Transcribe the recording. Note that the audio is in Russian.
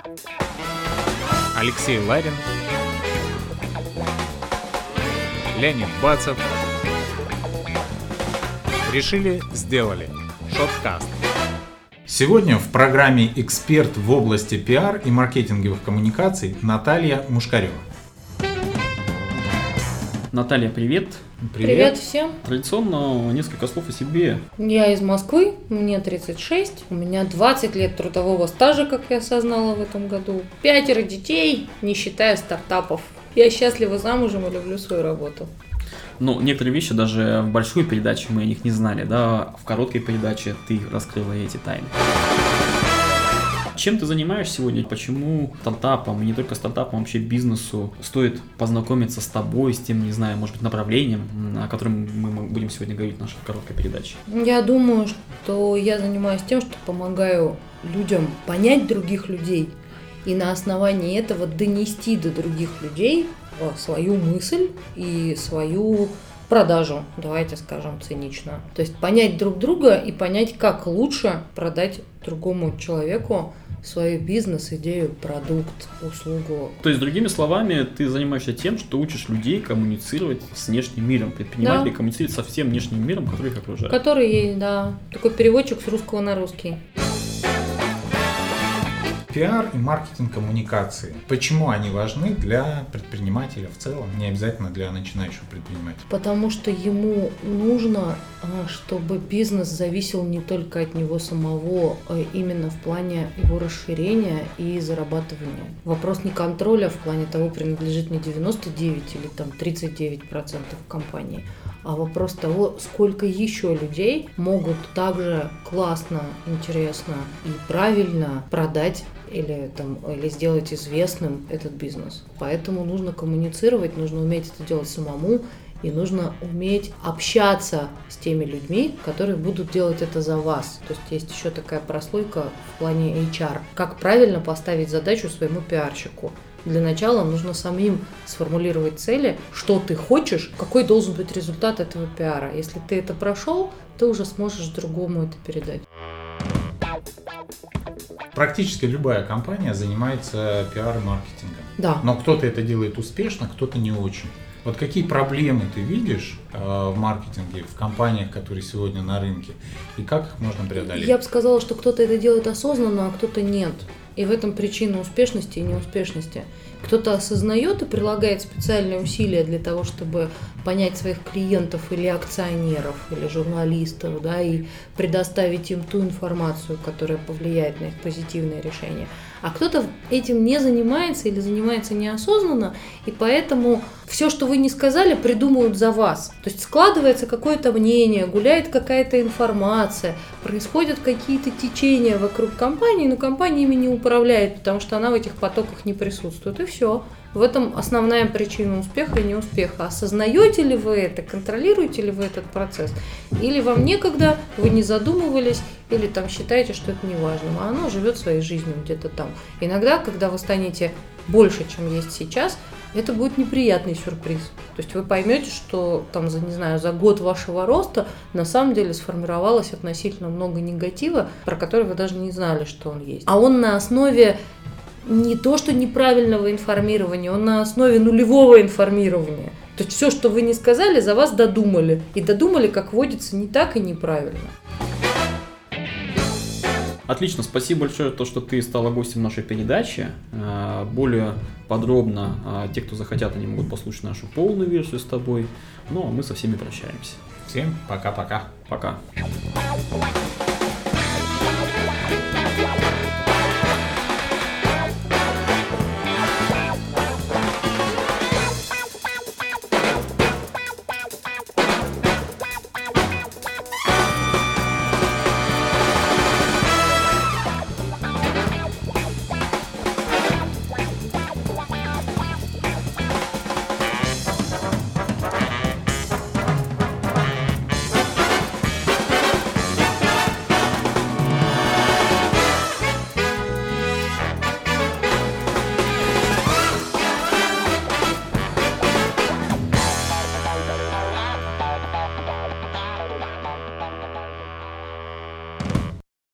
Алексей Ларин, Леонид Бацев. Решили, сделали. Шоткаст. Сегодня в программе эксперт в области пиар и маркетинговых коммуникаций Наталья Мушкарева. Наталья, привет. Привет всем. Традиционно несколько слов о себе. Я из Москвы, мне 36, у меня 20 лет трудового стажа, как я осознала в этом году, 5 детей, не считая стартапов. Я счастлива замужем и люблю свою работу. Ну, некоторые вещи даже в большой передаче мы о них не знали, да, в короткой передаче ты раскрыла эти тайны. Чем ты занимаешься сегодня? Почему стартапам, и не только стартапам, а вообще бизнесу стоит познакомиться с тобой, с тем, не знаю, может быть, направлением, о котором мы будем сегодня говорить в нашей короткой передаче? Я думаю, что я занимаюсь тем, что помогаю людям понять других людей и на основании этого донести до других людей свою мысль и свою продажу, давайте скажем цинично. То есть понять друг друга и понять, как лучше продать другому человеку свой бизнес, идею, продукт, услугу. То есть, другими словами, ты занимаешься тем, что учишь людей коммуницировать с внешним миром, предпринимателей коммуницировать со всем внешним миром, который их окружает. Который есть, да. Такой переводчик с русского на русский. Пиар и маркетинг коммуникации. Почему они важны для предпринимателя в целом, не обязательно для начинающего предпринимателя? Потому что ему нужно, чтобы бизнес зависел не только от него самого, а именно в плане его расширения и зарабатывания. Вопрос не контроля в плане того, принадлежит мне 99 или там 39% компании, а вопрос того, сколько еще людей могут также классно, интересно и правильно продать или сделать известным этот бизнес. Поэтому нужно коммуницировать, нужно уметь это делать самому, и нужно уметь общаться с теми людьми, которые будут делать это за вас. То есть еще такая прослойка в плане HR. Как правильно поставить задачу своему пиарщику? Для начала нужно самим сформулировать цели, что ты хочешь, какой должен быть результат этого пиара. Если ты это прошел, ты уже сможешь другому это передать. Практически любая компания занимается пиар и маркетингом. Да. Но кто-то это делает успешно, кто-то не очень. Вот какие проблемы ты видишь в маркетинге, в компаниях, которые сегодня на рынке, и как их можно преодолеть? Я бы сказала, что кто-то это делает осознанно, а кто-то нет. И в этом причина успешности и неуспешности. Кто-то осознает и прилагает специальные усилия для того, чтобы понять своих клиентов или акционеров, или журналистов, да, и предоставить им ту информацию, которая повлияет на их позитивное решение. А кто-то этим не занимается или занимается неосознанно, и поэтому все, что вы не сказали, придумают за вас. То есть складывается какое-то мнение, гуляет какая-то информация, происходят какие-то течения вокруг компании, но компания ими не управляет, потому что она в этих потоках не присутствует, и все. В этом основная причина успеха и неуспеха. Осознаете ли вы это, контролируете ли вы этот процесс, или вам некогда, вы не задумывались, или там считаете, что это не важно, а оно живет своей жизнью где-то там. Иногда, когда вы станете больше, чем есть сейчас, это будет неприятный сюрприз. То есть вы поймете, что там, за год вашего роста на самом деле сформировалось относительно много негатива, про который вы даже не знали, что он есть. А он на основе не то, что неправильного информирования, он на основе нулевого информирования. То есть все, что вы не сказали, за вас додумали. И додумали, как водится, не так и неправильно. Отлично, спасибо большое, что ты стала гостем нашей передачи. Более подробно те, кто захотят, они могут послушать нашу полную версию с тобой. Ну, а мы со всеми прощаемся. Всем пока-пока. Пока.